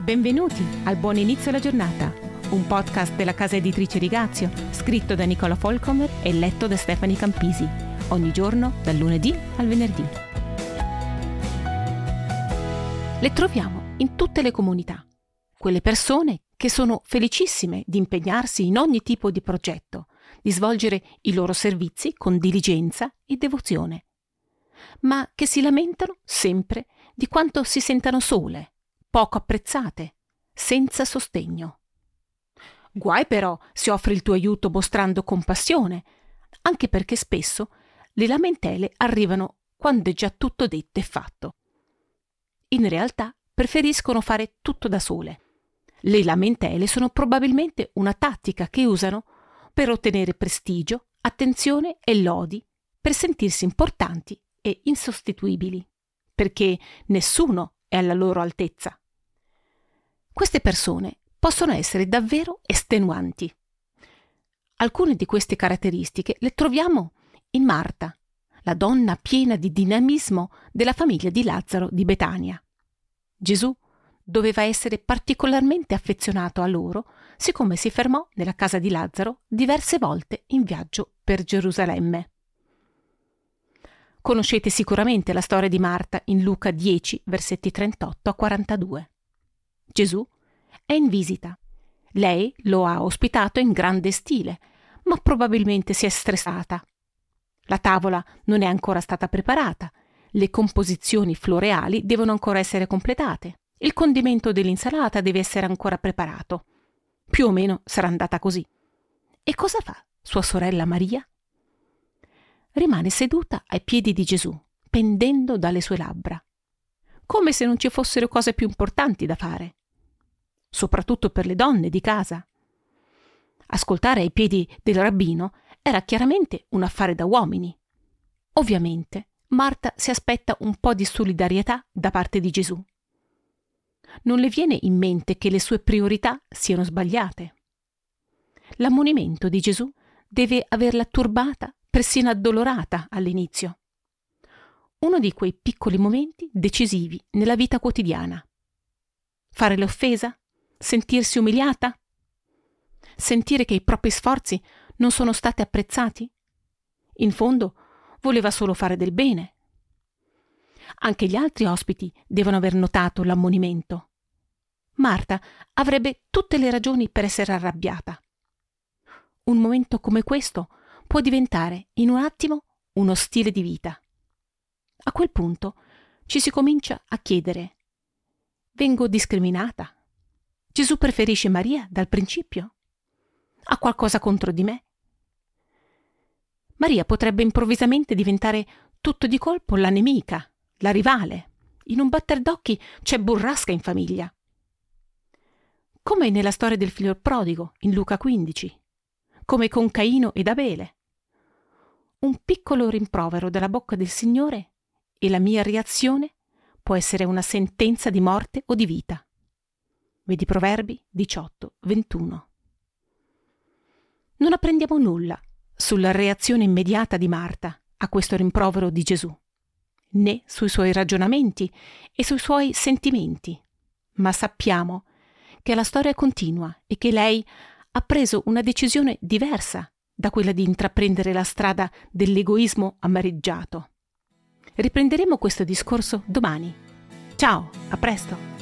Benvenuti al Buon Inizio alla Giornata, un podcast della casa editrice Rigazio, scritto da Nicola Folcomer e letto da Stefani Campisi, ogni giorno dal lunedì al venerdì. Le troviamo in tutte le comunità, quelle persone che sono felicissime di impegnarsi in ogni tipo di progetto, di svolgere i loro servizi con diligenza e devozione, ma che si lamentano sempre di quanto si sentano sole, poco apprezzate, senza sostegno. Guai però se offri il tuo aiuto mostrando compassione, anche perché spesso le lamentele arrivano quando è già tutto detto e fatto. In realtà preferiscono fare tutto da sole. Le lamentele sono probabilmente una tattica che usano per ottenere prestigio, attenzione e lodi, per sentirsi importanti e insostituibili, perché nessuno è alla loro altezza. Queste persone possono essere davvero estenuanti. Alcune di queste caratteristiche le troviamo in Marta, la donna piena di dinamismo della famiglia di Lazzaro di Betania. Gesù doveva essere particolarmente affezionato a loro, siccome si fermò nella casa di Lazzaro diverse volte in viaggio per Gerusalemme. Conoscete sicuramente la storia di Marta in Luca 10, versetti 38 a 42. Gesù è in visita. Lei lo ha ospitato in grande stile, ma probabilmente si è stressata. La tavola non è ancora stata preparata, le composizioni floreali devono ancora essere completate, il condimento dell'insalata deve essere ancora preparato. Più o meno sarà andata così. E cosa fa sua sorella Maria? Rimane seduta ai piedi di Gesù, pendendo dalle sue labbra, come se non ci fossero cose più importanti da fare, soprattutto per le donne di casa. Ascoltare ai piedi del rabbino era chiaramente un affare da uomini. Ovviamente Marta si aspetta un po' di solidarietà da parte di Gesù. Non le viene in mente che le sue priorità siano sbagliate. L'ammonimento di Gesù deve averla turbata, persino addolorata all'inizio. Uno di quei piccoli momenti decisivi nella vita quotidiana. Fare l'offesa? Sentirsi umiliata? Sentire che i propri sforzi non sono stati apprezzati? In fondo voleva solo fare del bene. Anche gli altri ospiti devono aver notato l'ammonimento. Marta avrebbe tutte le ragioni per essere arrabbiata. Un momento come questo può diventare in un attimo uno stile di vita. A quel punto ci si comincia a chiedere: vengo discriminata? Gesù preferisce Maria dal principio? Ha qualcosa contro di me? Maria potrebbe improvvisamente diventare tutto di colpo la nemica, la rivale. In un batter d'occhi c'è burrasca in famiglia. Come nella storia del figlio prodigo in Luca 15, come con Caino ed Abele. Un piccolo rimprovero dalla bocca del Signore e la mia reazione può essere una sentenza di morte o di vita. Vedi Proverbi 18, 21. Non apprendiamo nulla sulla reazione immediata di Marta a questo rimprovero di Gesù, né sui suoi ragionamenti e sui suoi sentimenti, ma sappiamo che la storia continua e che lei ha preso una decisione diversa da quella di intraprendere la strada dell'egoismo amareggiato. Riprenderemo questo discorso domani. Ciao, a presto!